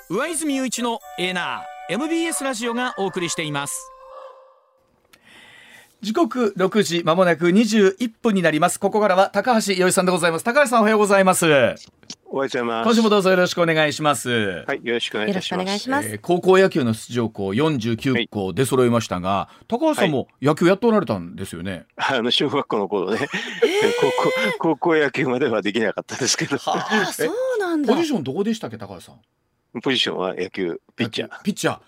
上泉雄一のエナー MBS ラジオがお送りしています。 時刻6時まもなく21分になります。ここからは高橋洋一さんでございます。高橋さん、おはようございます。 おはようございます。 今週もどうぞよろしくお願いします。 はい、よろしくお願いいたします。 高校野球の出場校49校出揃いましたが、はい、高橋さんも野球やっておられたんですよね。 小学校の頃ね、高校野球まではできなかったですけど。 そうなんだ。 ポジションどこでしたっけ、高橋さん。 ポジションは野球ピッチャー。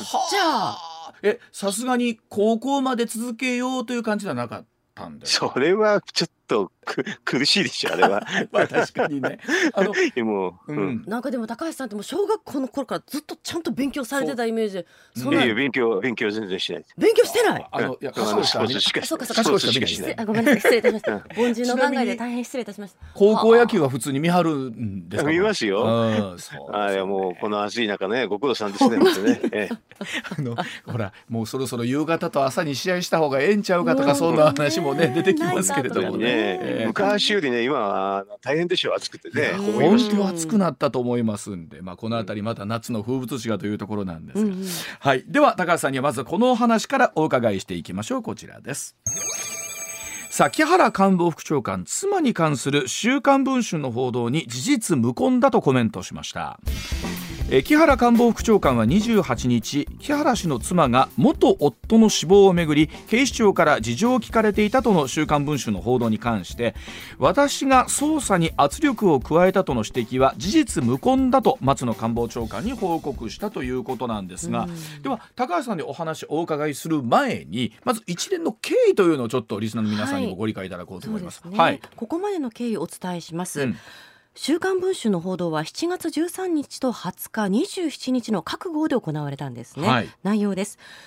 さすがに高校まで続けようという感じではなかったんですか。 それはちょっと苦しいでしょ、あれは。 まあ確かにね。 なんかでも高橋さんってもう小学校の頃からずっとちゃんと勉強されてたイメージで。 勉強全然しない。 勉強してない。 スポーツしかしない。 ごめんなさい、失礼いたしました。凡人の考えで大変失礼いたしました。 高校野球は普通に見張るんですか。 見ますよ。もうこの暑い中ね、ご苦労さんですね。 ほら、もうそろそろ夕方と朝に試合した方がええんちゃうかとか、そんな話もね出てきますけれどもね。 昔よりね、今は大変でしょう、暑くてね。 本当暑くなったと思いますんで、このあたりまた夏の風物詩がというところなんですが、はい、では高橋さんにはまずこのお話からお伺いしていきましょう。こちらです。さあ、木原官房副長官、妻に関する週刊文春の報道に事実無根だとコメントしました。木原官房副長官は28日、木原氏の妻が元夫の死亡をめぐり警視庁から事情を聞かれていたとの週刊文春の報道に関して、私が捜査に圧力を加えたとの指摘は事実無根だと松野官房長官に報告したということなんですが、では高橋さんにお話をお伺いする前に、まず一連の経緯というのをちょっとリスナーの皆さんにもご理解いただこうと思います。 ここまでの経緯をお伝えします。週刊文春の報道は7月13日と20日、27日の各号で行われたんですね。内容です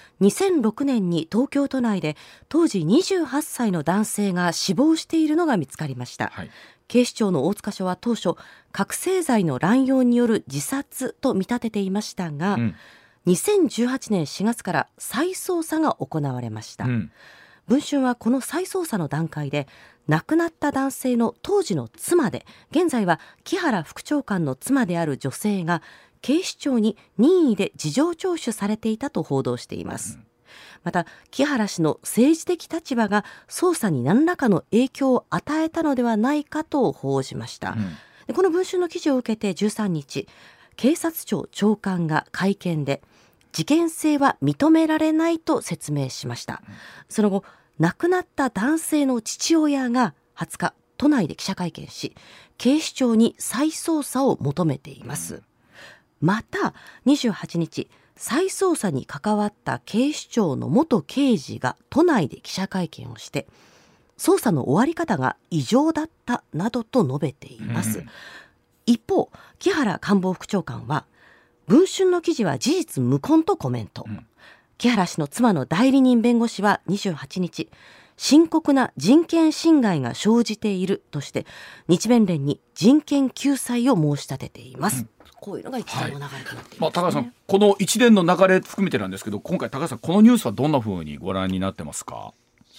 。2006年に東京都内で当時28歳の男性が死亡しているのが見つかりました。警視庁の大塚署は当初、覚醒剤の乱用による自殺と見立てていましたが、2018年4月から再捜査が行われました。文春はこの再捜査の段階で、亡くなった男性の当時の妻で、現在は木原副長官の妻である女性が警視庁に任意で事情聴取されていたと報道しています。また、木原氏の政治的立場が捜査に何らかの影響を与えたのではないかと報じました。この文春の記事を受けて13日、警察庁長官が会見で、事件性は認められないと説明しました。その後、亡くなった男性の父親が20日、都内で記者会見し、警視庁に再捜査を求めています。また、28日、再捜査に関わった警視庁の元刑事が都内で記者会見をして、捜査の終わり方が異常だったなどと述べています。一方、木原官房副長官は、文春の記事は事実無根とコメント。木原氏の妻の代理人弁護士は28日、深刻な人権侵害が生じているとして、日弁連に人権救済を申し立てています。こういうのが一連の流れとなっていますね。 高橋さん、この一連の流れ含めてなんですけど、今回高橋さん、このニュースはどんなふうにご覧になってますか。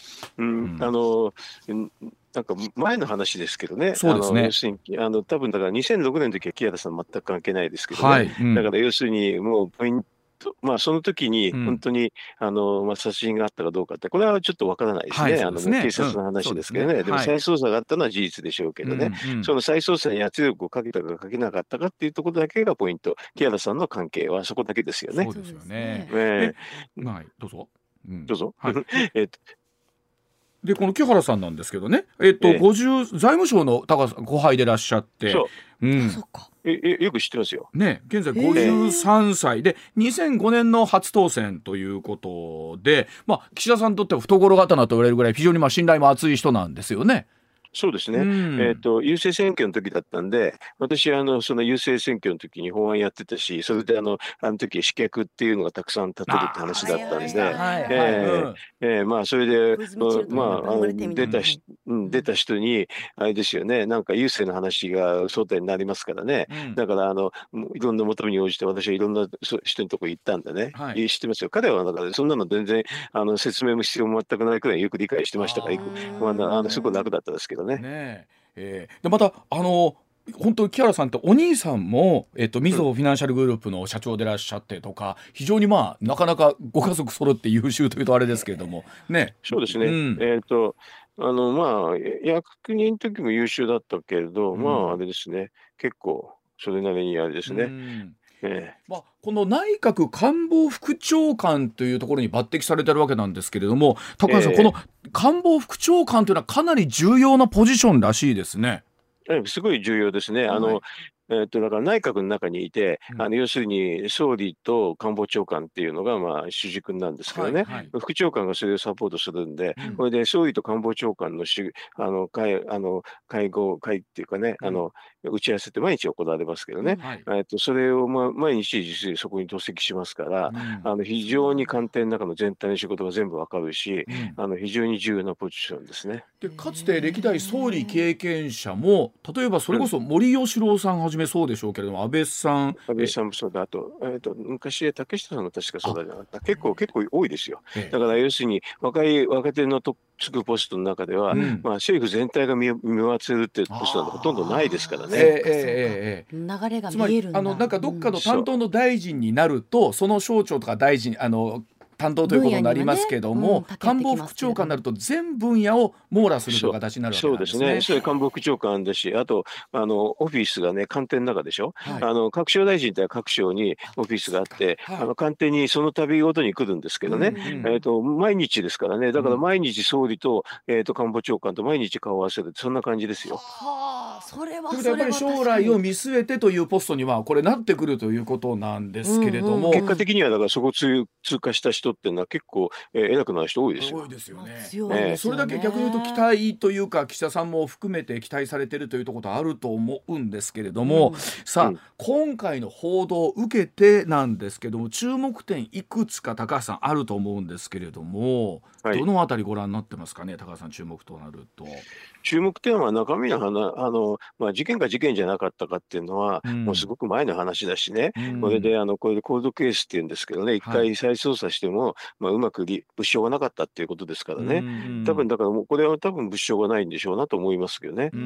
なんか前の話ですけどね。 そうですね。 要するに多分だから2006年の時は木原さん全く関係ないですけどね。だから要するにもうポイント、その時に本当に殺人があったかどうかって、これはちょっとわからないですね。警察の話ですけどね。でも再捜査があったのは事実でしょうけどね。その再捜査に圧力をかけたかかけなかったかっていうところだけがポイント。木原さんの関係はそこだけですよね。 そうですよね。どうぞ。 どうぞ。 で、この木原さんなんですけどね、50財務省の高さ後輩でいらっしゃって、 そうか。よく知ってますよ。 ね、現在53歳で、2005年の初当選ということで、岸田さんにとっては懐刀と言われるぐらい非常に信頼も厚い人なんですよね。 そうですね。郵政選挙の時だったんで、私はその郵政選挙の時に法案やってたし、それであの時刺客っていうのがたくさん立てるって話だったんで、それで出た人にあれですよね、なんか郵政の話が争点になりますからね。だからいろんな求めに応じて私はいろんな人のとこ行ったんでね、知ってますよ。彼はだからそんなの全然説明も必要も全くないくらいよく理解してましたから、すごく楽だったですけどね。 でまた本当に木原さんってお兄さんも、みずほフィナンシャルグループの社長でいらっしゃってとか、非常になかなかご家族揃って優秀というとあれですけれどもね。 そうですね、役人の時も優秀だったけれど、あれですね、結構それなりにあれですね。 この内閣官房副長官というところに抜擢されてるわけなんですけれども、高橋さん、この官房副長官というのはかなり重要なポジションらしいですね。 すごい重要ですね。だから内閣の中にいて、要するに総理と官房長官っていうのが主軸なんですけどね、副長官がそれをサポートするんで、これで総理と官房長官の会っていうかね、打ち合わせって毎日行われますけどね、それを毎日実際そこに同席しますから、非常に官邸の中の全体の仕事が全部わかるし、非常に重要なポジションですね。 でかつて歴代総理経験者も、例えばそれこそ森喜朗さんはじめそうでしょうけれども、安倍さんもそうだ、あと、昔竹下さんも確かそうだじゃなかった。結構多いですよ。だから要するに若手のつくポストの中では、政府全体が見回せるっていうポストなんてほとんどないですからね。 流れが見えるんだ。 つまりなんかどっかの担当の大臣になると、その省庁とか大臣担当ということになりますけども、官房副長官になると全分野を網羅するという形になるわけなんですね。 そうですね。それ官房副長官だし、あとオフィスがね、官邸の中でしょ。各省大臣って各省にオフィスがあって、官邸にその度ごとに来るんですけどね、毎日ですからね。だから毎日総理と官房長官と毎日顔を合わせる、そんな感じですよ。 それはやっぱり将来を見据えてというポストにはこれなってくるということなんですけれども、 結果的にはだからそこを通過した人っていうのは結構偉くなる人多いですよ。 多いですよね。それだけ逆に言うと期待というか、岸田さんも含めて期待されているというところあると思うんですけれども、さあ、今回の報道を受けてなんですけども、注目点いくつか高橋さんあると思うんですけれども、どのあたりご覧になってますかね。高橋さん、注目となると。 注目点は中身の事件か事件じゃなかったかっていうのは、もうすごく前の話だしね、これでコールドケースっていうんですけどね、一回再捜査しても、うまく物証がなかったっていうことですからね、だからもうこれは多分物証がないんでしょうなと思いますけどね。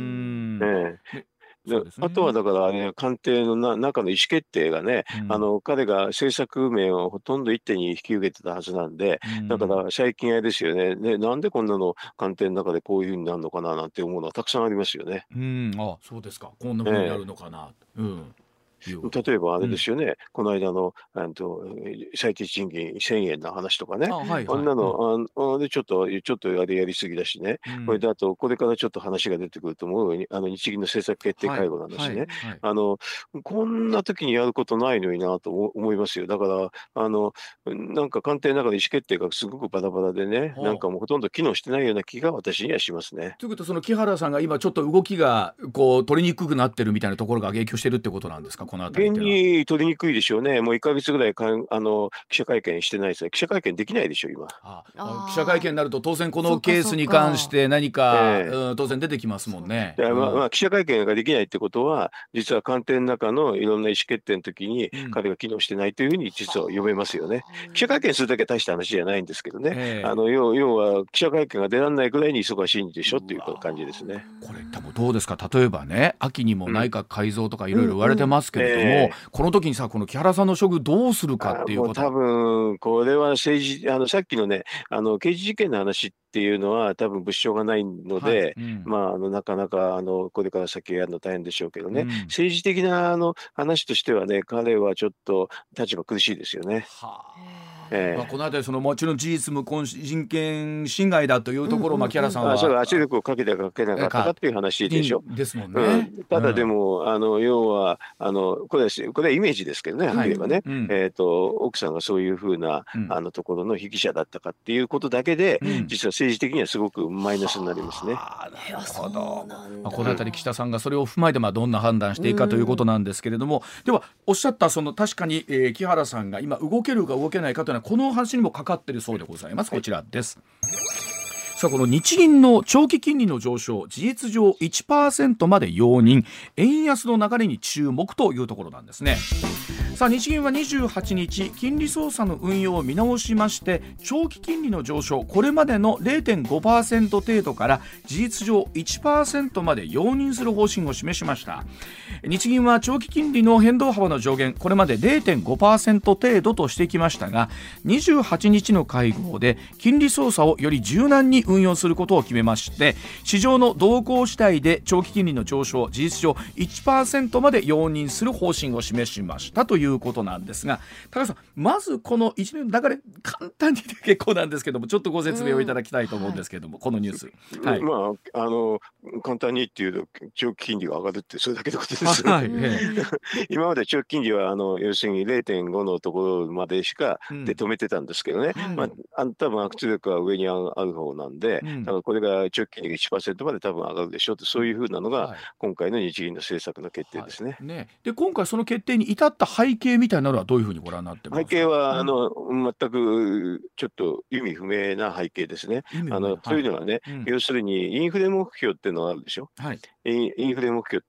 あとはだからね、官邸の中の意思決定がね、彼が政策面をほとんど一手に引き受けてたはずなんで、だから最近あれですよね、なんでこんなの官邸の中でこういうふうになるのかななんて思うのはたくさんありますよね。 そうですか。こんなふうになるのかな。 例えばあれですよね、この間の最低賃金1000円の話とかね、あんなのでちょっとあれやりすぎだしね、これであとこれからちょっと話が出てくると思う日銀の政策決定会合なんですね。こんな時にやることないのになと思いますよ。だからなんか官邸の中で意思決定がすごくバラバラでね、なんかもうほとんど機能してないような気が私にはしますね。 ということは、その木原さんが今ちょっと動きが取りにくくなってるみたいなところが影響してるってことなんですか。 現に取りにくいでしょうね。もう1ヶ月ぐらい記者会見してないですね。記者会見できないでしょ今。 記者会見になると当然このケースに関して何か当然出てきますもんね。 記者会見ができないってことは、実は官邸の中のいろんな意思決定の時に彼が機能してないというふうに実は読めますよね。記者会見するだけは大した話じゃないんですけどね。要は記者会見が出られないぐらいに忙しいんでしょっていう感じですね。 これ多分どうですか。例えばね、秋にも内閣改造とかいろいろ言われてますけれども、この時にさ、この木原さんの処遇どうするかっていうこと。 多分これは政治さっきのね刑事事件の話っていうのは多分物証がないので、なかなかこれから先やるの大変でしょうけどね、政治的な話としてはね、彼はちょっと立場苦しいですよね。 このあたりもちろん事実無根人権侵害だというところを木原さんはそれ圧力をかけたかけなかったかっていう話でしょ。 ですもんね。 ただでも要はこれはイメージですけどね、はっきり言えばね、奥さんがそういうふうなところの被疑者だったかっていうことだけで、実は政治的にはすごくマイナスになりますね。 なるほど。このあたり岸田さんがそれを踏まえてどんな判断していくかということなんですけれども、ではおっしゃった確かに木原さんが今動けるか動けないかというのはこの話にもかかっているそうでございます。こちらです。さあ、この日銀の長期金利の上昇、事実上 1% まで容認、円安の流れに注目というところなんですね。 さあ日銀は28日金利操作の運用を見直しまして、長期金利の上昇、これまでの 0.5% 程度から事実上 1% まで容認する方針を示しました。日銀は長期金利の変動幅の上限、これまで 0.5% 程度としてきましたが、28日の会合で金利操作をより柔軟に運用することを決めまして、市場の動向次第で長期金利の上昇、事実上 1% まで容認する方針を示しましたということなんですが、高橋さん、まずこの一連の流れ、簡単にで結構なんですけども、ちょっとご説明をいただきたいと思うんですけども、このニュース、はい、 簡単に言って言うと長期金利が上がるってそれだけのことですよ、はい今まで長期金利は要するに 0.5 のところまでしかで止めてたんですけどね、多分圧力は上にある方なんで、だからこれが長期金利が 1% まで多分上がるでしょうと、そういうふうなのが今回の日銀の政策の決定ですね。 で今回その決定に至った背景みたいなのはどういうふうにご覧になってますか？ 背景は全くちょっと意味不明な背景ですね。そういうのはね、要するにインフレ目標っていうのがあるでしょ。インフレ目標って、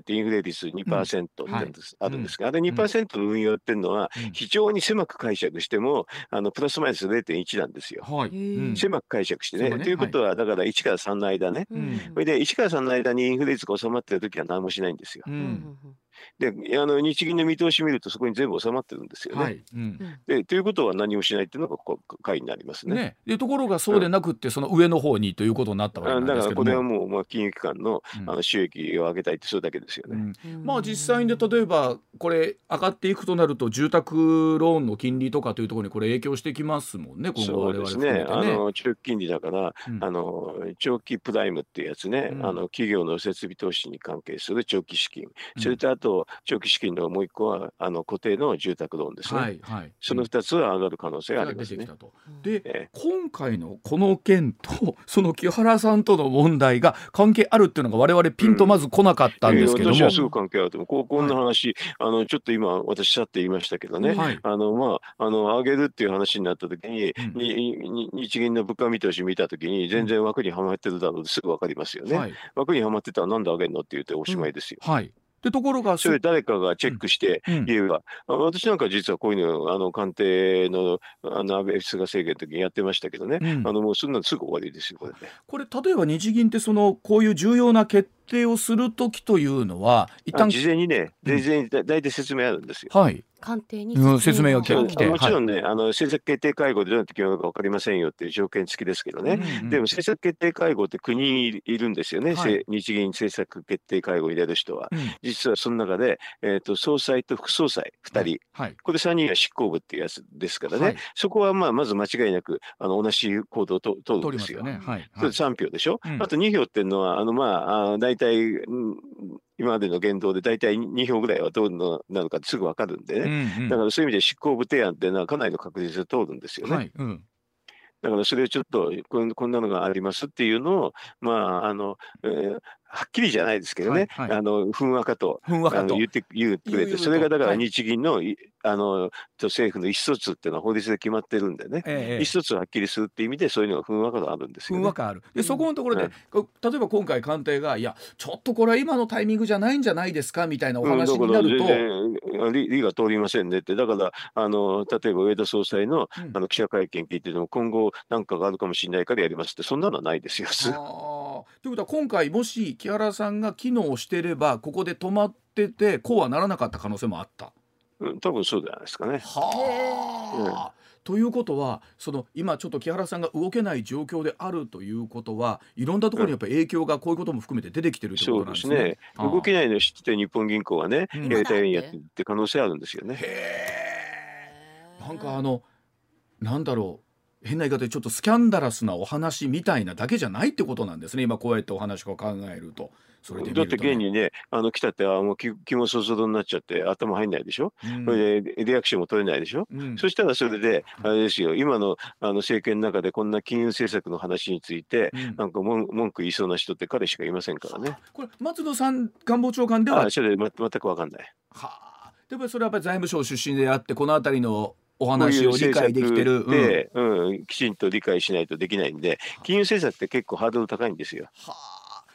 インフレ率 2% ってあるんですが、あれ 2% の運用っていうのは非常に狭く解釈してもプラスマイナス 0.1 なんですよ。狭く解釈してね。ということはだから1から3の間ね。それで1から3の間にインフレ率が収まってるときは何もしないんですよ。で日銀の見通し見るとそこに全部収まってるんですよね。でということは何もしないっていうのが解になりますね。 でところがそうでなくって、その上の方にということになったわけなんですけども、 だからこれはもう、金融機関の、収益を上げたいってそれだけですよね。 実際に例えばこれ上がっていくとなると、住宅ローンの金利とかというところにこれ影響してきますもんね、今後我々含めてね。 そうですね。長期金利だから、長期プライムっていうやつね、企業の設備投資に関係する長期資金、それとあと長期資金のもう一個は固定の住宅ローンですね。その2つは上がる可能性がありますね。 で、今回のこの件とその木原さんとの問題が関係あるっていうのが我々ピンとまず来なかったんですけども、 私はすぐ関係あると思う。こんな話、ちょっと今私さって言いましたけどね、上げるっていう話になった時に、日銀の物価見通し見た時に全然枠にはまってるだろうってすぐ分かりますよね。枠にはまってたらなんで上げるのって言っておしまいですよ。 でところがそれ誰かがチェックして言えば、私なんか実はこういうの官邸の安倍菅政権の時にやってましたけどね、もうそんなのすぐ終わりですよこれね。 これ例えば日銀ってこういう重要な決定をする時というのは一旦事前にね、大体説明あるんですよ。 官邸に説明が来て、 もちろんね、政策決定会合でどうやって決まるか分かりませんよっていう条件付きですけどね、でも政策決定会合って9人いるんですよね、日銀政策決定会合に出る人は。実はその中で、総裁と副総裁2人、これ3人が執行部っていうやつですからね、そこはまず間違いなく同じ行動を取るんですよ。それ3票でしょ。あと2票っていうのは大体、今までの言動で大体2票ぐらいはどうなるかってすぐ分かるんでね、だからそういう意味で執行部提案っていうのはかなりの確率で通るんですよね。だからそれをちょっとこんなのがありますっていうのをはっきりじゃないですけどね、ふんわかと言ってくれて、それがだから日銀の政府の意思疎通っていうのは法律で決まってるんでね、意思疎通をはっきりするっていう意味でそういうのがふんわかとあるんですよね。 ふんわかある。でそこのところで、例えば今回官邸がいやちょっとこれは今のタイミングじゃないんじゃないですかみたいなお話になると、 理が通りませんねって。だから例えば上田総裁の記者会見聞いてても、今後何かがあるかもしれないからやりますって、そんなのはないですよ。 ということは今回もし木原さんが機能してればここで止まっててこうはならなかった可能性もあった。 多分そうじゃないですかね。 ということは今ちょっと木原さんが動けない状況であるということは、いろんなところにやっぱり影響がこういうことも含めて出てきてるということなんですね。 そうですね。動けないのを知って日本銀行はね、やりたいようにやってるって可能性あるんですよね。 なんかなんだろう、変な言い方でちょっとスキャンダラスなお話みたいなだけじゃないってことなんですね、今こうやってお話を考えると。それで見るとね、 だって現にね来たってもう気もそぞろになっちゃって頭入んないでしょ、それでリアクションも取れないでしょ、そしたらそれであれですよ、今の政権の中でこんな金融政策の話について、なんか文句言いそうな人って彼しかいませんからね。 これ松野さん官房長官ではそれで全く分かんない。 でもそれはやっぱり財務省出身であって、このあたりのお話を理解できてるで、きちんと理解しないとできないんで、金融政策って結構ハードル高いんですよ。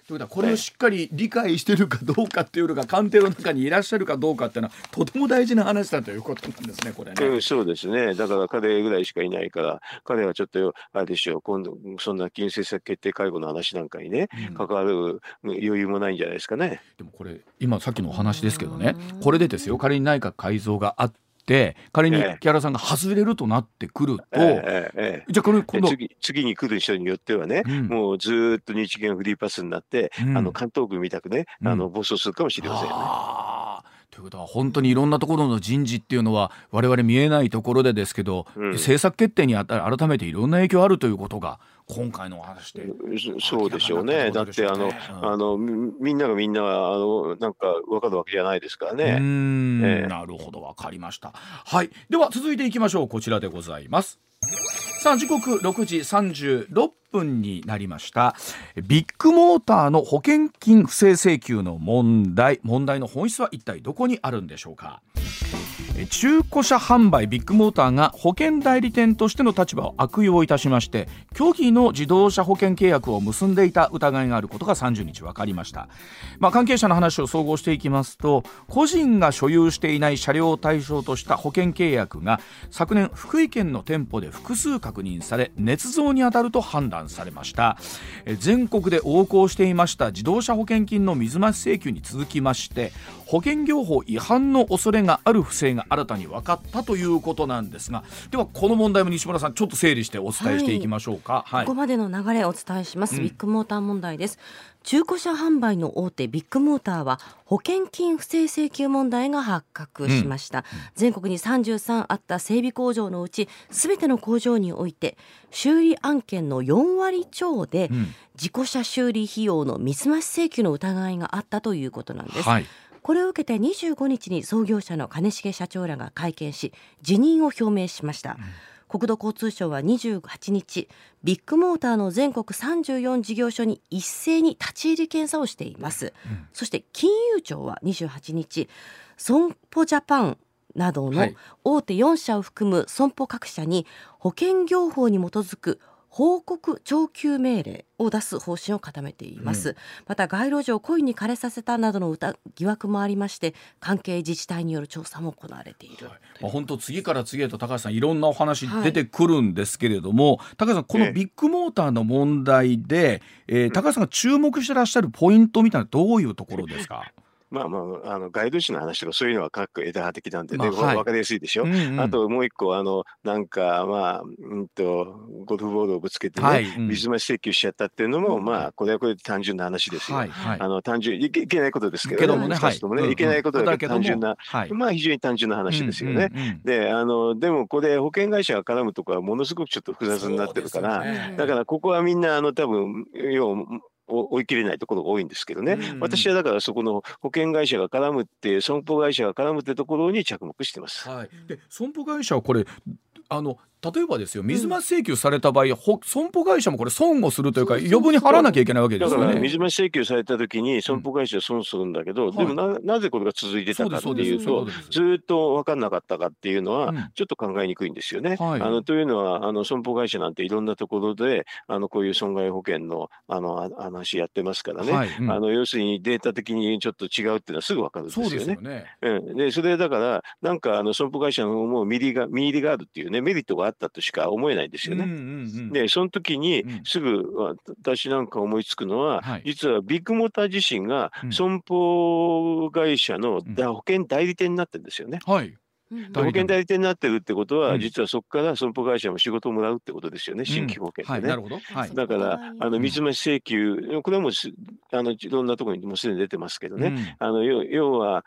ということはこれをしっかり理解しているかどうかっていうのが官邸の中にいらっしゃるかどうかっていうのはとても大事な話だということなんですね、これね。 そうですね。だから彼ぐらいしかいないから、彼はちょっとあれでしょう、今度そんな金融政策決定会合の話なんかにね、関わる余裕もないんじゃないですかね。 でもこれ今さっきのお話ですけどね、これでですよ、仮に内閣改造があって仮に木原さんが外れるとなってくると、じゃあこれ今度次に来る人によってはね、もうずっと日銀がフリーパスになって、関東軍みたくね、暴走するかもしれませんよね。 ということは本当にいろんなところの人事っていうのは我々見えないところでですけど、政策決定に改めていろんな影響あるということが今回のお話で、 そうでしょうね。だってみんながみんななんか分かるわけじゃないですからね。 なるほど、分かりました。はい、では続いていきましょう。こちらでございます。さあ時刻6時36分になりました。ビッグモーターの保険金不正請求の問題の本質は一体どこにあるんでしょうか。中古車販売ビッグモーターが保険代理店としての立場を悪用いたしまして虚偽の自動車保険契約を結んでいた疑いがあることが30日分かりました。関係者の話を総合していきますと、個人が所有していない車両を対象とした保険契約が昨年福井県の店舗で複数確認され捏造に当たると判断されました。全国で横行していました自動車保険金の水増し請求に続きまして保険業法違反の恐れがある不正が新たに分かったということなんですが、ではこの問題も西村さんちょっと整理してお伝えしていきましょうか。 ここまでの流れをお伝えします。ビッグモーター問題です。中古車販売の大手ビッグモーターは保険金不正請求問題が発覚しました。全国に33あった整備工場のうち全ての工場において修理案件の4割超で事故車修理費用の水増し請求の疑いがあったということなんです。これを受けて25日に創業者の兼重社長らが会見し辞任を表明しました。国土交通省は28日ビッグモーターの全国34事業所に一斉に立ち入り検査をしています。そして金融庁は28日損保ジャパンなどの大手4社を含む損保各社に保険業法に基づく報告徴求命令を出す方針を固めています。また街路樹を故意に枯れさせたなどの疑惑もありまして関係自治体による調査も行われている。 本当次から次へと高橋さんいろんなお話出てくるんですけれども、高橋さんこのビッグモーターの問題で、高橋さんが注目してらっしゃるポイントみたいなどういうところですか。 街路樹の話とかそういうのは各枝葉的なんでね、分かりやすいでしょ。あともう一個なんかゴルフボールをぶつけてね、水増し請求しちゃったっていうのもこれはこれで単純な話ですよ。単純いけないことですけどね、2つともねいけないことだけど単純な非常に単純な話ですよね。でもこれ保険会社が絡むところはものすごくちょっと複雑になってるから、だからここはみんな多分追い切れないところが多いんですけどね、私はだからそこの保険会社が絡むって損保会社が絡むってところに着目してます。 で損保会社はこれ例えばですよ水増し請求された場合、損保会社もこれ損をするというか余分に払わなきゃいけないわけですよね。 だから水増し請求された時に損保会社は損するんだけど、でもなぜこれが続いてたかっていうとずっと分かんなかったかっていうのはちょっと考えにくいんですよね。というのは損保会社なんていろんなところでこういう損害保険の話やってますからね、要するにデータ的にちょっと違うっていうのはすぐ分かるんですよね。でそれだからなんか損保会社の方も見入りがあるっていうねメリットがあったとしか思えないんですよね。でその時にすぐ私なんか思いつくのは、実はビッグモーター自身が損保会社の保険代理店になってるんですよね。保険代理店になってるってことは、実はそこから損保会社も仕事をもらうってことですよね、新規保険でね。だから水増し請求、これはもういろんなところにもうすでに出てますけどね、要は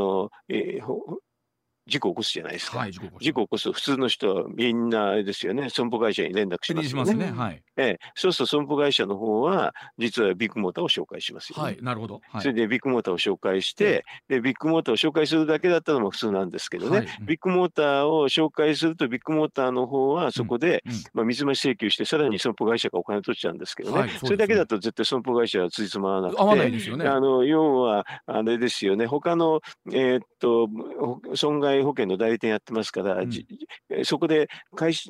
事故を起こすじゃないですか。事故を起こすと普通の人はみんなあれですよね、損保会社に連絡しますよね。そうすると損保会社の方は実はビッグモーターを紹介しますよね。それでビッグモーターを紹介して、でビッグモーターを紹介するだけだったのも普通なんですけどね、ビッグモーターを紹介するとビッグモーターの方はそこで水増し請求してさらに損保会社がお金取っちゃうんですけどね、それだけだと絶対損保会社はついつまらなくて、要はあれですよね、他の損害保険の代理店やってますから、そこで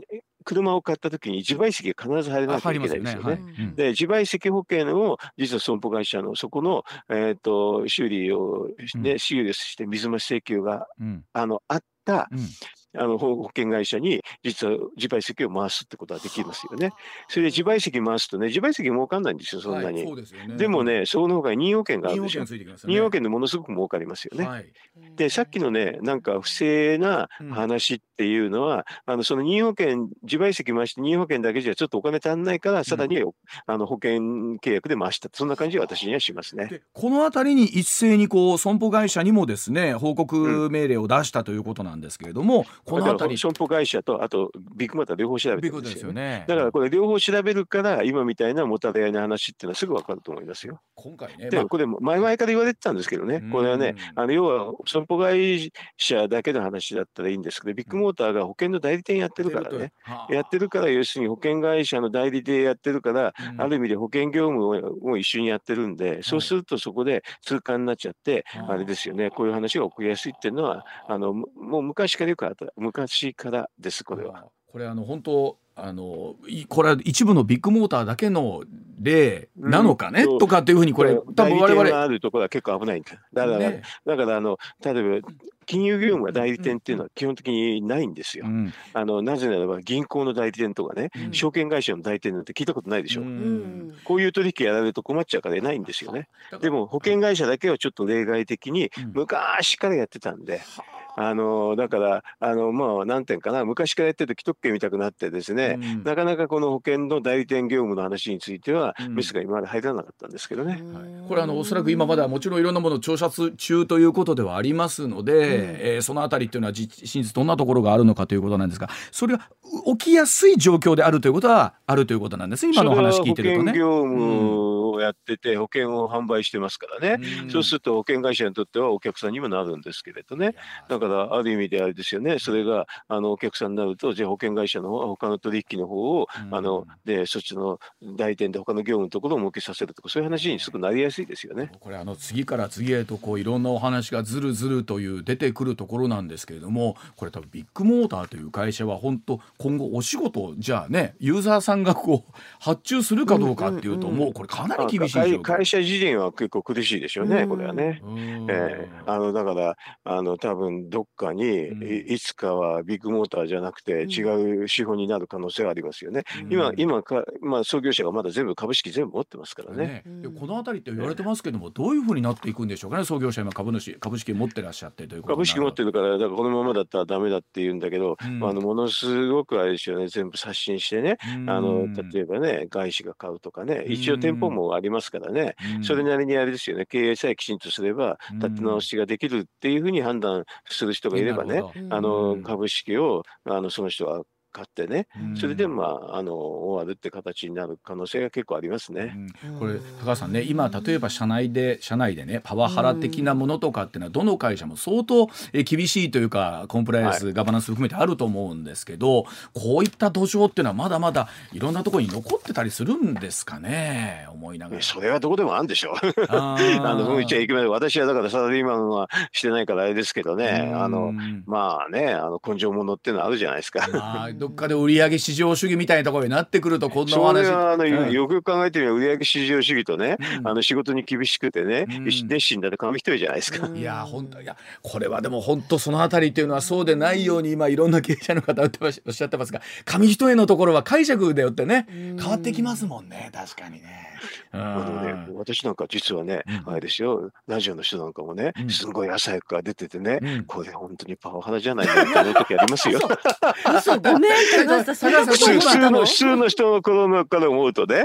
車を買った時に自賠責が必ず入らなきゃいけないですよね。で自賠責保険を実は損保会社のそこの、修理を、ね、修理して水増し請求が、あった、保険会社に実は自賠責を回すってことはできますよね。それで自賠責回すとね、自賠責儲かんないんですよ、そんなに。でもね、その他に任意保険があるでしょ。任意保険でものすごく儲かりますよね。で、さっきのね、なんか不正な話っていうのは、その任意保険、自賠責回して任意保険だけじゃちょっとお金足んないから、さらに保険契約で回した。そんな感じは私にはしますね。 でこのあたりに一斉にこう損保会社にもですね、報告命令を出したということなんですけれども、このあたり損保会社とあとビッグモーター両方調べてるんですよね。だからこれ両方調べるから今みたいなもたれ合いの話っていうのはすぐ分かると思いますよ。 今回ね、 でこれ前々から言われてたんですけどね、これはね、要は損保会社だけの話だったらいいんですけど、ビッグモーターが保険の代理店やってるからね、やってるから要するに保険会社の代理でやってるから、ある意味で保険業務を一緒にやってるんで、そうするとそこで通過になっちゃって、あれですよね、こういう話が起こりやすいっていうのはもう昔からよくあった昔からです。これは本当これは一部のビッグモーターだけの例なのかね、とかっていうふうにこれ多分我々があるところは結構危ないんだ。だから例えば金融業務は代理店っていうのは基本的にないんですよ。なぜならば銀行の代理店とかね、証券会社の代理店なんて聞いたことないでしょ。こういう取引やられると困っちゃうからないんですよね。でも保険会社だけはちょっと例外的に昔からやってたんで。だからまあ何点かな、昔からやってると既得権見たくなってですね、なかなかこの保険の代理店業務の話についてはミスが今まで入らなかったんですけどね。 これおそらく今まではもちろんいろんなものを調査中ということではありますので、そのあたりっていうのは真実どんなところがあるのかということなんですが、それは起きやすい状況であるということはあるということなんです。今のお話聞いてるとね。 保険業務をやってて保険を販売してますからね、そうすると保険会社にとってはお客さんにもなるんですけれどね。だからある意味であれですよね、それがお客さんになると、じゃあ保険会社の方は他の取引の方をでそっちの代理店で他の業務のところを儲けさせるとか、そういう話にすぐなりやすいですよね。 これ次から次へといろんなお話がずるずるという出てくるところなんですけれども、これ多分ビッグモーターという会社は本当今後お仕事じゃあね、ユーザーさんが発注するかどうかっていうと、もうこれかなり厳しい状況。 会社自身は結構苦しいでしょうね、これはね。だから多分どっかにいつかはビッグモーターじゃなくて違う資本になる可能性はありますよね。今創業者がまだ株式全部持ってますからね。 このあたりって言われてますけども、どういうふうになっていくんでしょうかね。創業者今株式持ってらっしゃってということ株式持ってるから、だからこのままだったらダメだって言うんだけど、ものすごくあれですよね、全部刷新してね、例えばね外資が買うとかね、一応店舗もありますからね、それなりにあれですよね、経営さえきちんとすれば立て直しができるっていうふうに判断する人がいればね、株式をその人は買ってね、それで終わるって形になる可能性が結構ありますね。 これ高橋さんね、今例えば社内でねパワハラ的なものとかっていうのはどの会社も相当厳しいというか、コンプライアンス、ガバナンス含めてあると思うんですけど、こういった土壌っていうのはまだまだいろんなところに残ってたりするんですかね、思いながら。 それはどこでもあるんでしょう。言っちゃいけない。私はだからサラリーマンはしてないからあれですけどね、まあね根性物っていうのはあるじゃないですか。 どっかで売上至上主義みたいなところになってくると、こんなお話。 それはよくよく考えてみれば売上至上主義とね、仕事に厳しくてね、熱心だって紙一重じゃないですか。 いやこれはでも本当そのあたりっていうのはそうでないように今いろんな経営者の方おっしゃってますが、紙一重のところは解釈でよってね変わってきますもんね。確かにね。 私なんか実はね、あれですよ、ラジオの人なんかもね、すごい朝早くから出ててね、これ本当にパワハラじゃないのって思う時ありますよ。 ごめん高橋さん、 普通の人の頃から思うとね。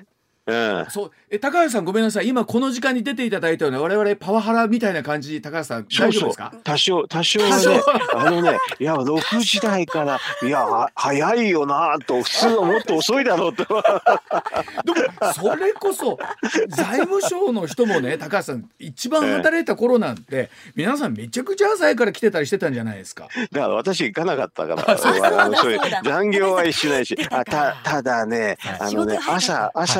高橋さんごめんなさい、今この時間に出ていただいたような我々パワハラみたいな感じ、高橋さん大丈夫ですか？ 多少ねいや6時台からいや早いよなと、普通はもっと遅いだろうと。でもそれこそ財務省の人もね、高橋さん一番働いた頃なんて、皆さんめちゃくちゃ朝から来てたりしてたんじゃないですか。 だから私行かなかったからそういう残業はしないし、ただね朝だけは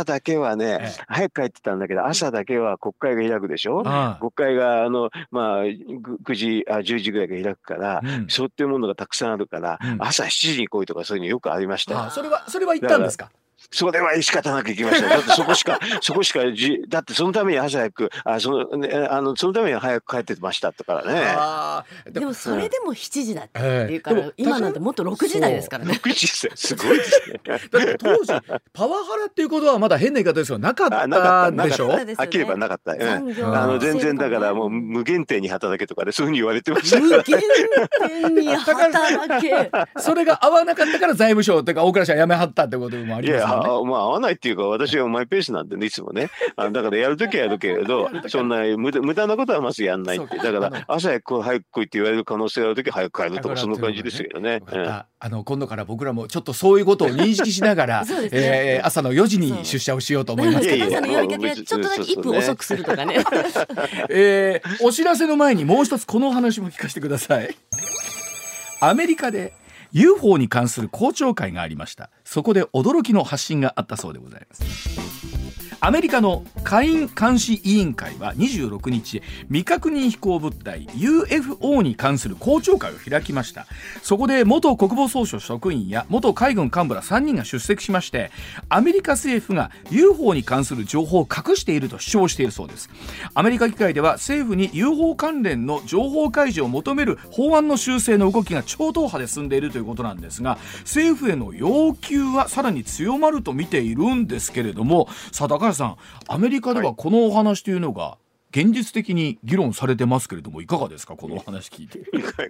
はね、早く帰ってたんだけど、朝だけは国会が開くでしょ。国会が9時、10時ぐらいが開くから、そうっていうものがたくさんあるから、朝7時に来いとかそういうのよくありましたよ。 それは言ったんですか。 それは仕方なく行きました。だってそこしかだってそのために朝早くそのために早く帰ってましたとからね。でもそれでも7時だっていうから、今なんてもっと6時台ですからね。 6時ですごいですね。だって当時パワハラっていうことはまだ変な言い方ですよ、なかったでしょ。 はっきり言えばなかった。全然だからもう無限定に働けとかでそういうふうに言われてましたから。 無限定に働け。 それが合わなかったから財務省というか大蔵省辞めはったってこともありますよね。 合わないっていうか、私はマイペースなんでね、いつもね。だからやるときはやるけれど、そんな無駄なことはまずやんないって。だから朝早く来いって言われる可能性があるときは早く帰るとか、その感じですけどね。 今度から僕らもちょっとそういうことを認識しながら朝の4時に出社をしようと思いますけど、 朝の呼びかけちょっとだけ1分遅くするとかね。 お知らせの前にもう一つこのお話も聞かせてください。アメリカで UFO に関する公聴会がありました。そこで驚きの発信があったそうでございます。アメリカの下院監視委員会は26日、未確認飛行物体 UFO に関する公聴会を開きました。そこで元国防総省職員や元海軍幹部ら3人が出席しまして、アメリカ政府が UFO に関する情報を隠していると主張しているそうです。アメリカ議会では政府に UFO 関連の情報開示を求める法案の修正の動きが超党派で進んでいるということなんですが、政府への要求はさらに強まると見ているんですけれども、さあ高橋さん、アメリカではこのお話というのが現実的に議論されてますけれども、いかがですか、このお話聞いて。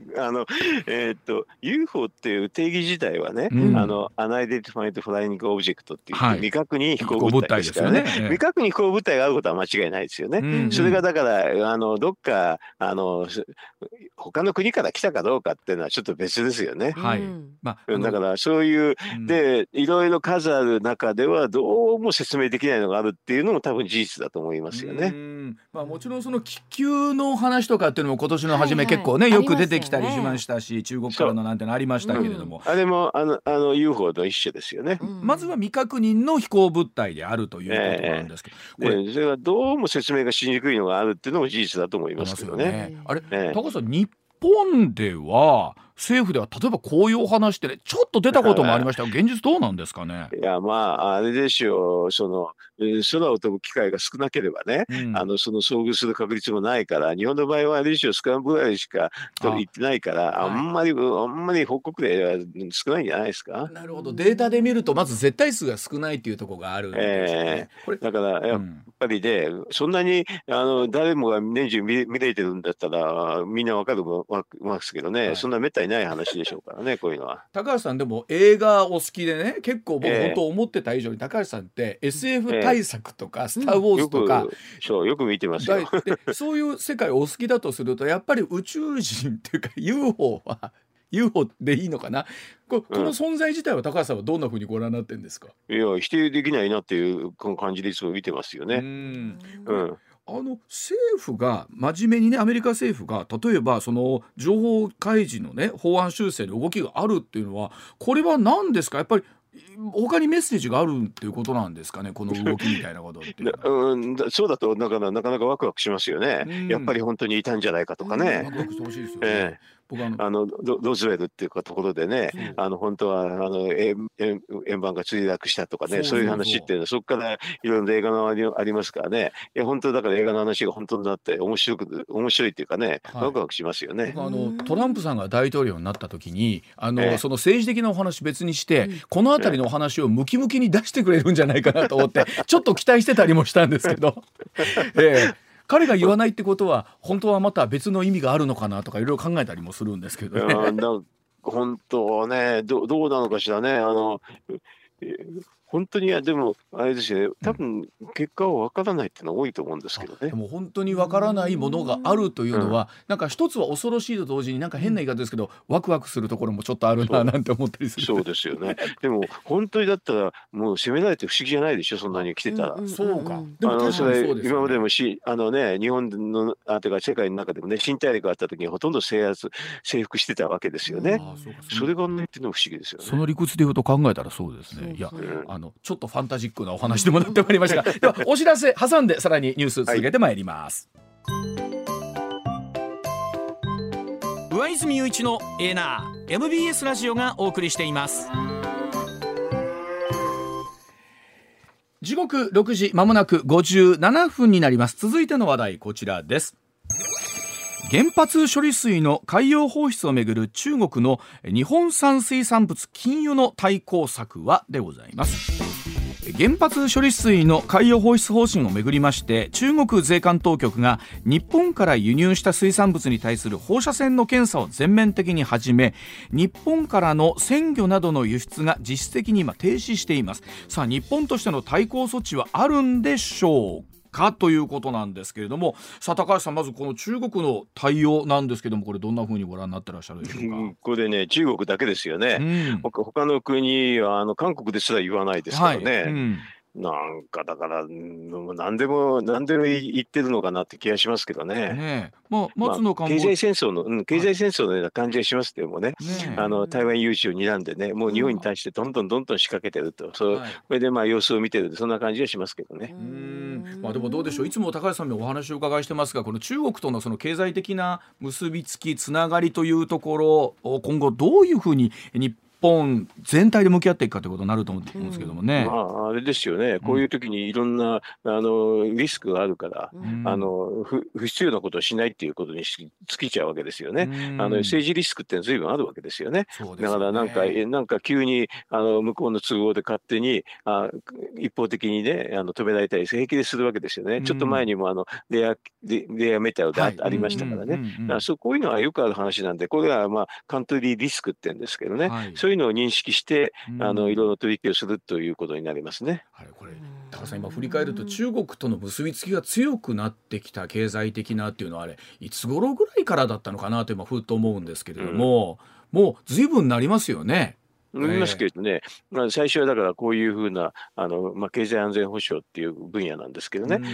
UFO っていう定義自体はね、Unidentified Flying Object っていう、未確認飛行物体ですからね。未確認飛行物体があることは間違いないですよね。それがだからどっか他の国から来たかどうかっていうのはちょっと別ですよね。だからそういうでいろいろ数ある中ではどうも説明できないのがあるっていうのも多分事実だと思いますよね。 もちろんその気球の話とかっていうのも今年の初め結構ね、よく出てきたりしましたし、中国からのなんてのありましたけれども、 あれもUFO の一種ですよね。 まずは未確認の飛行物体であるということなんですけど、 それがどうも説明がしにくいのがあるっていうのも事実だと思いますけどね。 あれ、高橋さん、日本では政府では例えばこういうお話ってね、ちょっと出たこともありましたが、現実どうなんですかね。 いやあれでしょう、空を飛ぶ機会が少なければね、その遭遇する確率もないから、日本の場合はあれでしょう、スクランブルぐらいしか行ってないから、あんまり報告例は少ないんじゃないですか。 なるほど、データで見るとまず絶対数が少ないっていうところがあるんですね。 だからやっぱりね、そんなに誰もが年中見れてるんだったらみんなわかるますけどね、そんなめったにない話でしょうからね、こういうのは。 高橋さんでも映画お好きでね、結構僕本当思ってた以上に高橋さんって SF 大作とかスター・ウォーズとか、 よく見てますよ。 でそういう世界お好きだとすると、やっぱり宇宙人っていうか UFO は UFO でいいのかな。この存在自体は高橋さんはどんなふうにご覧になってるんですか。 いや、否定できないなっていう感じでいつも見てますよね。 政府が真面目にね、アメリカ政府が例えばその情報開示のね法案修正の動きがあるっていうのは、これは何ですか。やっぱり他にメッセージがあるっていうことなんですかね、この動きみたいなことってそうだとなかなかワクワクしますよね。やっぱり本当にいたんじゃないかとかね。 ワクワクしてほしいですよね。 ロズウェルっていうところでね、本当は円盤が墜落したとかね、そういう話っていうのはそこからいろいろ映画のありますからね。いや本当だから映画の話が本当になって面白いっていうかね、ワクワクしますよね。 トランプさんが大統領になった時にその政治的なお話別にして、このあたりのお話をムキムキに出してくれるんじゃないかなと思ってちょっと期待してたりもしたんですけど彼が言わないってことは本当はまた別の意味があるのかなとかいろいろ考えたりもするんですけどね。 本当はね、どうなのかしらね。本当にでもあれですよね、多分結果は分からないっていうのは多いと思うんですけどね。 でも本当に分からないものがあるというのは、なんか一つは恐ろしいと同時になんか変な言い方ですけど、ワクワクするところもちょっとあるななんて思ったりする。 そうですよね。でも本当にだったらもう責められて不思議じゃないでしょ、そんなに来てたら。 そうか。 でもそれ今までも日本のというか世界の中でもね、新大陸があった時にほとんど征服してたわけですよね。それがないっていうのも不思議ですよね。 その理屈でいうと考えたらそうですね。いやちょっとファンタジックなお話でもなってまいりましたがではお知らせ挟んでさらにニュース続けてまいります、 上泉雄一のエナー MBS ラジオがお送りしています。 時刻6時まもなく57分になります。続いての話題こちらです。原発処理水の海洋放出をめぐる中国の日本産水産物禁輸の対抗策はでございます。原発処理水の海洋放出方針をめぐりまして中国税関当局が日本から輸入した水産物に対する放射線の検査を全面的に始め日本からの鮮魚などの輸出が実質的に今停止しています。さあ日本としての対抗措置はあるんでしょうかということなんですけれども、さあ高橋さん、まずこの中国の対応なんですけども、これどんな風にご覧になってらっしゃるでしょうか。 これね、中国だけですよね、他の国は韓国ですら言わないですからね、なんかだから何でも言ってるのかなって気がしますけどね。 松野官房、 経済戦争のような感じがしますけどもね、台湾有事を睨んでね、もう日本に対してどんどん仕掛けてると、それで様子を見てる、そんな感じがしますけどね。 でもどうでしょう、いつも高橋さんにお話を伺いしてますが、この中国とのその経済的な結びつきつながりというところを今後どういうふうに日本全体で向き合っていくかということになると思うんですけどもね。 あれですよね、こういう時にいろんなリスクがあるから、不必要なことをしないっていうことに尽きちゃうわけですよね。政治リスクって随分あるわけですよね。だからなんか急に向こうの都合で勝手に一方的にね止められたり平気でするわけですよね。ちょっと前にもレアメタルでありましたからね。こういうのはよくある話なんで、これはカントリーリスクって言うんですけどね、そういうのを認識していろいろ取引をするということになりますね。 これ高橋さん、今振り返ると中国との結びつきが強くなってきた経済的なっていうのは、あれいつ頃ぐらいからだったのかなと今ふっと思うんですけれども、もう随分なりますよね。 思いますけどね、最初はだからこういうふうな経済安全保障っていう分野なんですけどね、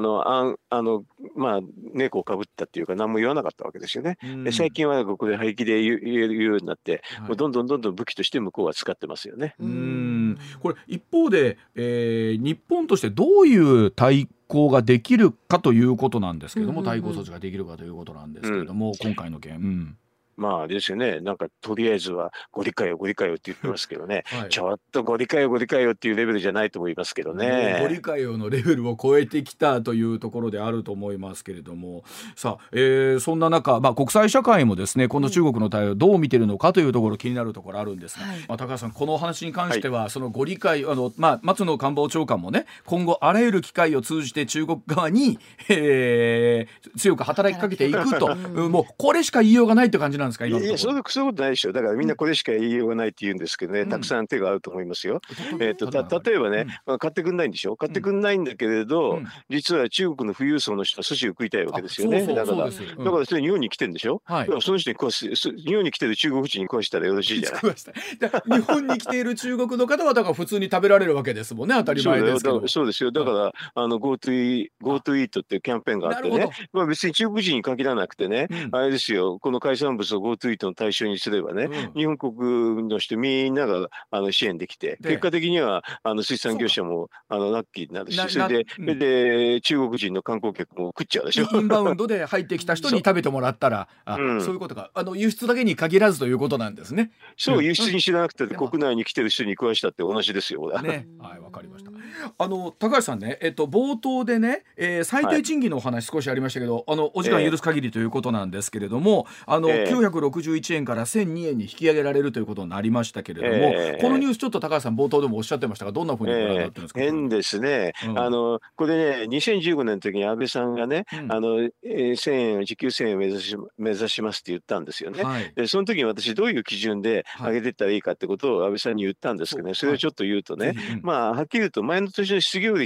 猫をかぶったっていうか何も言わなかったわけですよね。で最近はここで平気で言えるようになって、もうどんどん武器として向こうは使ってますよね。 これ一方で、日本としてどういう対抗ができるかということなんですけれども、対抗措置ができるかということなんですけれども、今回の件、 あれですよね、なんかとりあえずはご理解をって言ってますけどね、ちょっとご理解をっていうレベルじゃないと思いますけどね。 ご理解をのレベルを超えてきたというところであると思いますけれども、さあ、そんな中、国際社会もですねこの中国の対応をどう見ているのかというところ気になるところあるんですが、高橋さん、このお話に関しては、そのご理解松野官房長官もね、今後あらゆる機会を通じて中国側に、強く働きかけていくともうこれしか言いようがないという感じなんですか。 いやそういうことないでしょ。だからみんなこれしか言いようがないって言うんですけどね、たくさん手があると思いますよ。例えばね、買ってくんないんでしょ。買ってくんないんだけれど、実は中国の富裕層の人は寿司を食いたいわけですよね。だからそれ日本に来てるんでしょ。その人に日本に来てる中国人に食わしたらよろしいじゃない。 日本に来ている中国の方はだから普通に食べられるわけですもんね。当たり前ですけど。 そうですよ。だからGoToイートっていうキャンペーンがあってね、別に中国人に限らなくてね、あれですよ、この海産物をGoToイートの対象にすればね、日本国の人みんなが支援できて、結果的には水産業者もラッキーになるし、それで中国人の観光客も食っちゃうでしょ。 インバウンドで入ってきた人に食べてもらったらそういうことか。輸出だけに限らずということなんですね。 そう、輸出にしなくて国内に来てる人に食わしたって同じですよ。 わかりました。高橋さんね、冒頭でね、最低賃金のお話少しありましたけど、お時間許す限りということなんですけれども、961円から1002円に引き上げられるということになりましたけれども、このニュースちょっと高橋さん冒頭でもおっしゃってましたが、どんなふうにご覧になってるんですか。 変ですね。これね、2015年の時に安倍さんがね、1000円時給1000円を目指しますって言ったんですよね。でその時に私どういう基準で上げていったらいいかってことを安倍さんに言ったんですけどね、それをちょっと言うとね、はっきり言うと前の年の失業率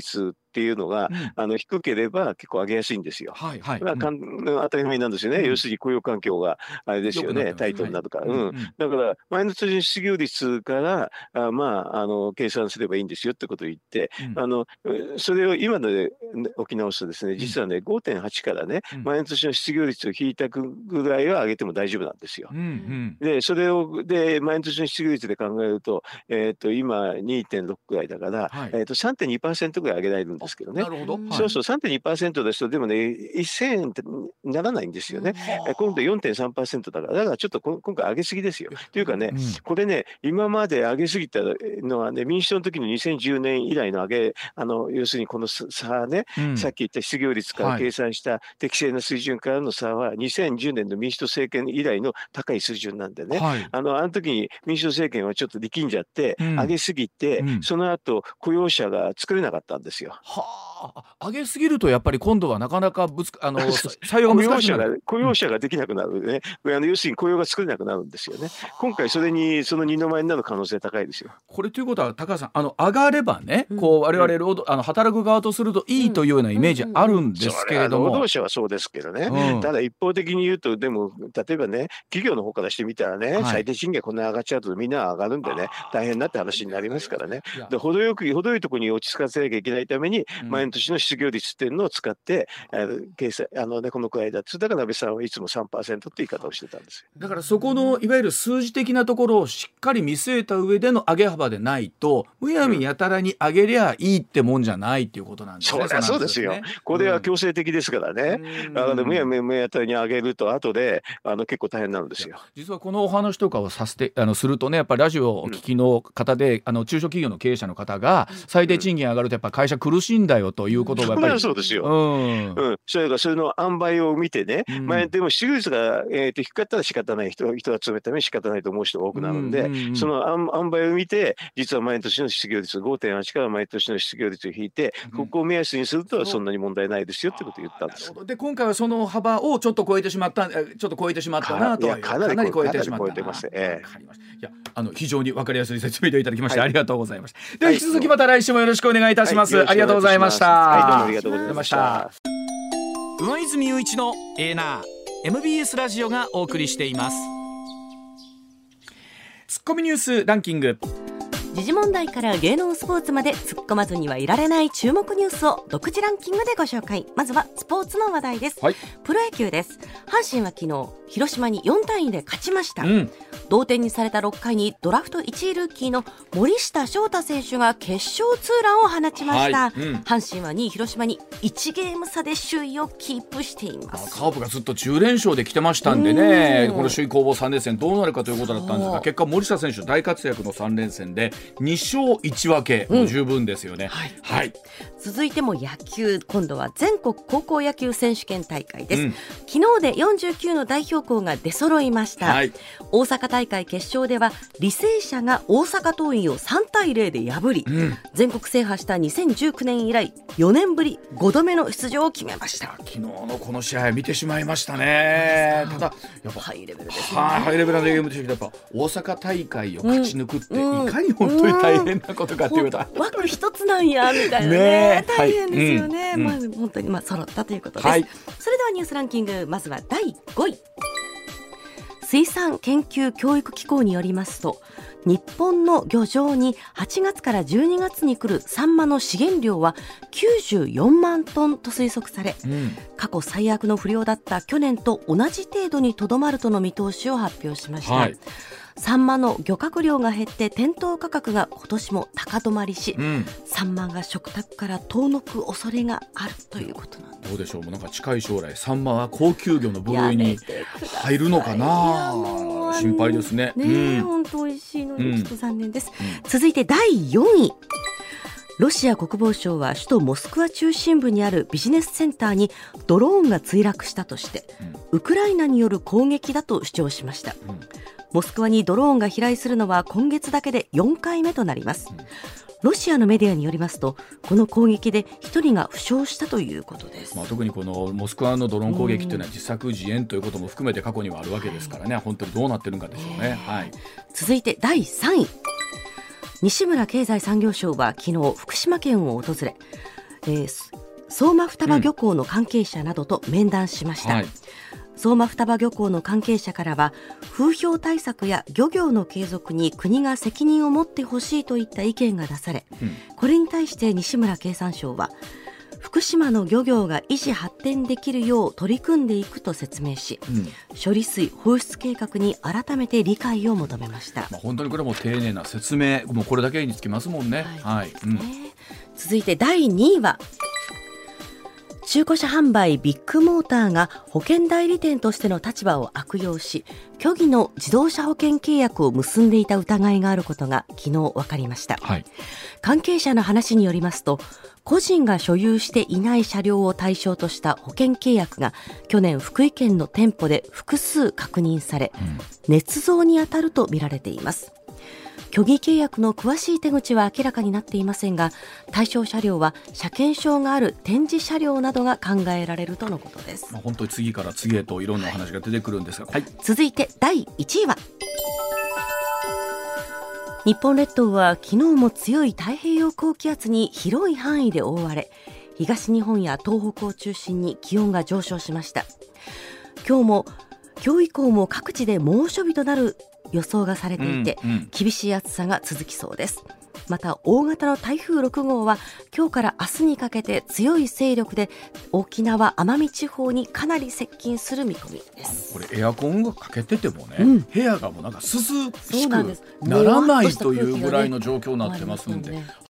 っていうのが、低ければ結構上げやすいんですよ。 はいはい、 当たり前なんですよね。要するに雇用環境があれですよね、タイトになるから。だから前の年の失業率から計算すればいいんですよってことを言って、それを今ので置き直すとですね、実はね 5.8 からね、前の年の失業率を引いたぐらいは上げても大丈夫なんですよ。でそれを前の年の失業率で考えると、今 2.6 ぐらいだから、3.2% ぐらい上げられるんですけどね。そうそう 3.2% ですとでもね1000円ってならないんですよね。今度 4.3% だからちょっと今回上げすぎですよ。というかね、これね今まで上げすぎたのはね、民主党の時の2010年以来の上げ、要するにこの差ね、さっき言った失業率から計算した適正な水準からの差は2010年の民主党政権以来の高い水準なんでね、あの時に民主党政権はちょっと力んじゃって上げすぎて、その後雇用者が作れなかったんですよ。 上げすぎるとやっぱり今度はなかなか採用が難しい。 雇用者ができなくなるね。要するに雇用が作れなくなるんですよね。今回それにその二の舞になる可能性高いですよ。 これということは高橋さん、上がればね、こう我々働く側とするといいというようなイメージあるんですけれども、 労働者はそうですけどね、ただ一方的に言うと、でも例えばね、企業の方からしてみたらね、最低賃金こんな上がっちゃうとみんな上がるんでね、大変なって話になりますからね。で程よいところに落ち着かせなきゃいけないために、前の年の失業率っていうのを使って計算このくらいだって、だから安倍さんはいつも 3% って言い方をしてたんですよ。 だからそこのいわゆる数字的なところをしっかり見据えた上での上げ幅でないと、むやみやたらに上げりゃいいってもんじゃないっていうことなんですね。 そうですよ。これは強制的ですからね。むやみやたらに上げると後で結構大変なんですよ。 実はこのお話とかをするとね、やっぱりラジオをお聞きの方で、中小企業の経営者の方が最低賃金上がるとやっぱ会社苦しいんだよということがやっぱり、 そうですよ。それがそれの塩梅を見てね、でも失業率が低かったら仕方ない、人が勤めるために仕方ないと思う人が多くなるんで、その塩梅を見て、実は前の年の失業率 5.8 から前の年の失業率を引いて、ここを目安にするとそんなに問題ないですよってことを言ったんです。 で今回はその幅をちょっと超えてしまったなとは、 かなり超えてしまってます。 いや非常に分かりやすい説明をいただきまして、ありがとうございました。では引き続きまた来週もよろしくお願いいたします。ありがとうございました。 どうもありがとうございました。 上泉雄一のエーナー MBS ラジオがお送りしています。 ツッコミニュースランキング。 時事問題から芸能スポーツまで突っ込まずにはいられない注目ニュースを独自ランキングでご紹介。まずはスポーツの話題です。プロ野球です。阪神は昨日広島に4対2で勝ちました。同点にされた6回にドラフト1位ルーキーの森下翔太選手が決勝ツーランを放ちました。阪神は2位広島に1ゲーム差で首位をキープしています。 カープがずっと10連勝で来てましたんでね、この首位攻防3連戦どうなるかということだったんですが、結果森下選手大活躍の3連戦で2勝1分け、もう十分ですよね。 続いても野球、今度は全国高校野球選手権大会です。昨日で49の代表校が出揃いました。大阪大会決勝では履正社が大阪桐蔭を3対0で破り、全国制覇した2019年以来4年ぶり5度目の出場を決めました。 昨日のこの試合見てしまいましたね。ただやっぱハイレベルですね。 ハイレベルなゲームでしたけど、やっぱ大阪大会を勝ち抜くっていかに本当に大変なことかっていうことは、 枠一つなんやみたいなね、大変ですよね。本当に揃ったということです。それではニュースランキング、まずは第5位。水産研究教育機構によりますと、日本の漁場に8月から12月に来るサンマの資源量は94万トンと推測され、過去最悪の不漁だった去年と同じ程度にとどまるとの見通しを発表しました。サンマの漁獲量が減って店頭価格が今年も高止まりし、サンマが食卓から遠のく恐れがあるということなんです。 どうでしょう、なんか近い将来サンマは高級魚の部類に入るのかな、心配ですね。 本当美味しいのにちょっと残念です。続いて第4位。ロシア国防省は首都モスクワ中心部にあるビジネスセンターにドローンが墜落したとして、ウクライナによる攻撃だと主張しました。モスクワにドローンが飛来するのは今月だけで4回目となります。ロシアのメディアによりますと、この攻撃で1人が負傷したということです。 特にこのモスクワのドローン攻撃というのは自作自演ということも含めて過去にはあるわけですからね、本当にどうなってるのかでしょうね。 続いて第3位。西村経済産業省は昨日福島県を訪れ、 相馬双葉漁港の関係者などと面談しました。相馬双葉漁港の関係者からは、風評対策や漁業の継続に国が責任を持ってほしいといった意見が出され、これに対して西村経産省は、福島の漁業が維持発展できるよう取り組んでいくと説明し、処理水放出計画に改めて理解を求めました。 本当にこれも丁寧な説明、もうこれだけにつきますもんね。 続いて第2位は、中古車販売ビッグモーターが保険代理店としての立場を悪用し、虚偽の自動車保険契約を結んでいた疑いがあることが昨日分かりました。関係者の話によりますと、個人が所有していない車両を対象とした保険契約が去年福井県の店舗で複数確認され、捏造に当たるとみられています。虚偽契約の詳しい手口は明らかになっていませんが、対象車両は車検証がある展示車両などが考えられるとのことです。 本当に次から次へといろんなお話が出てくるんですが、 続いて第1位は、日本列島は昨日も強い太平洋高気圧に広い範囲で覆われ、東日本や東北を中心に気温が上昇しました。今日以降も各地で猛暑日となる予想がされていて、厳しい暑さが続きそうです。また大型の台風6号は今日から明日にかけて強い勢力で沖縄奄美地方にかなり接近する見込みです。 これエアコンがかけててもね、部屋がもうなんか涼しくならないというぐらいの状況になってますんで、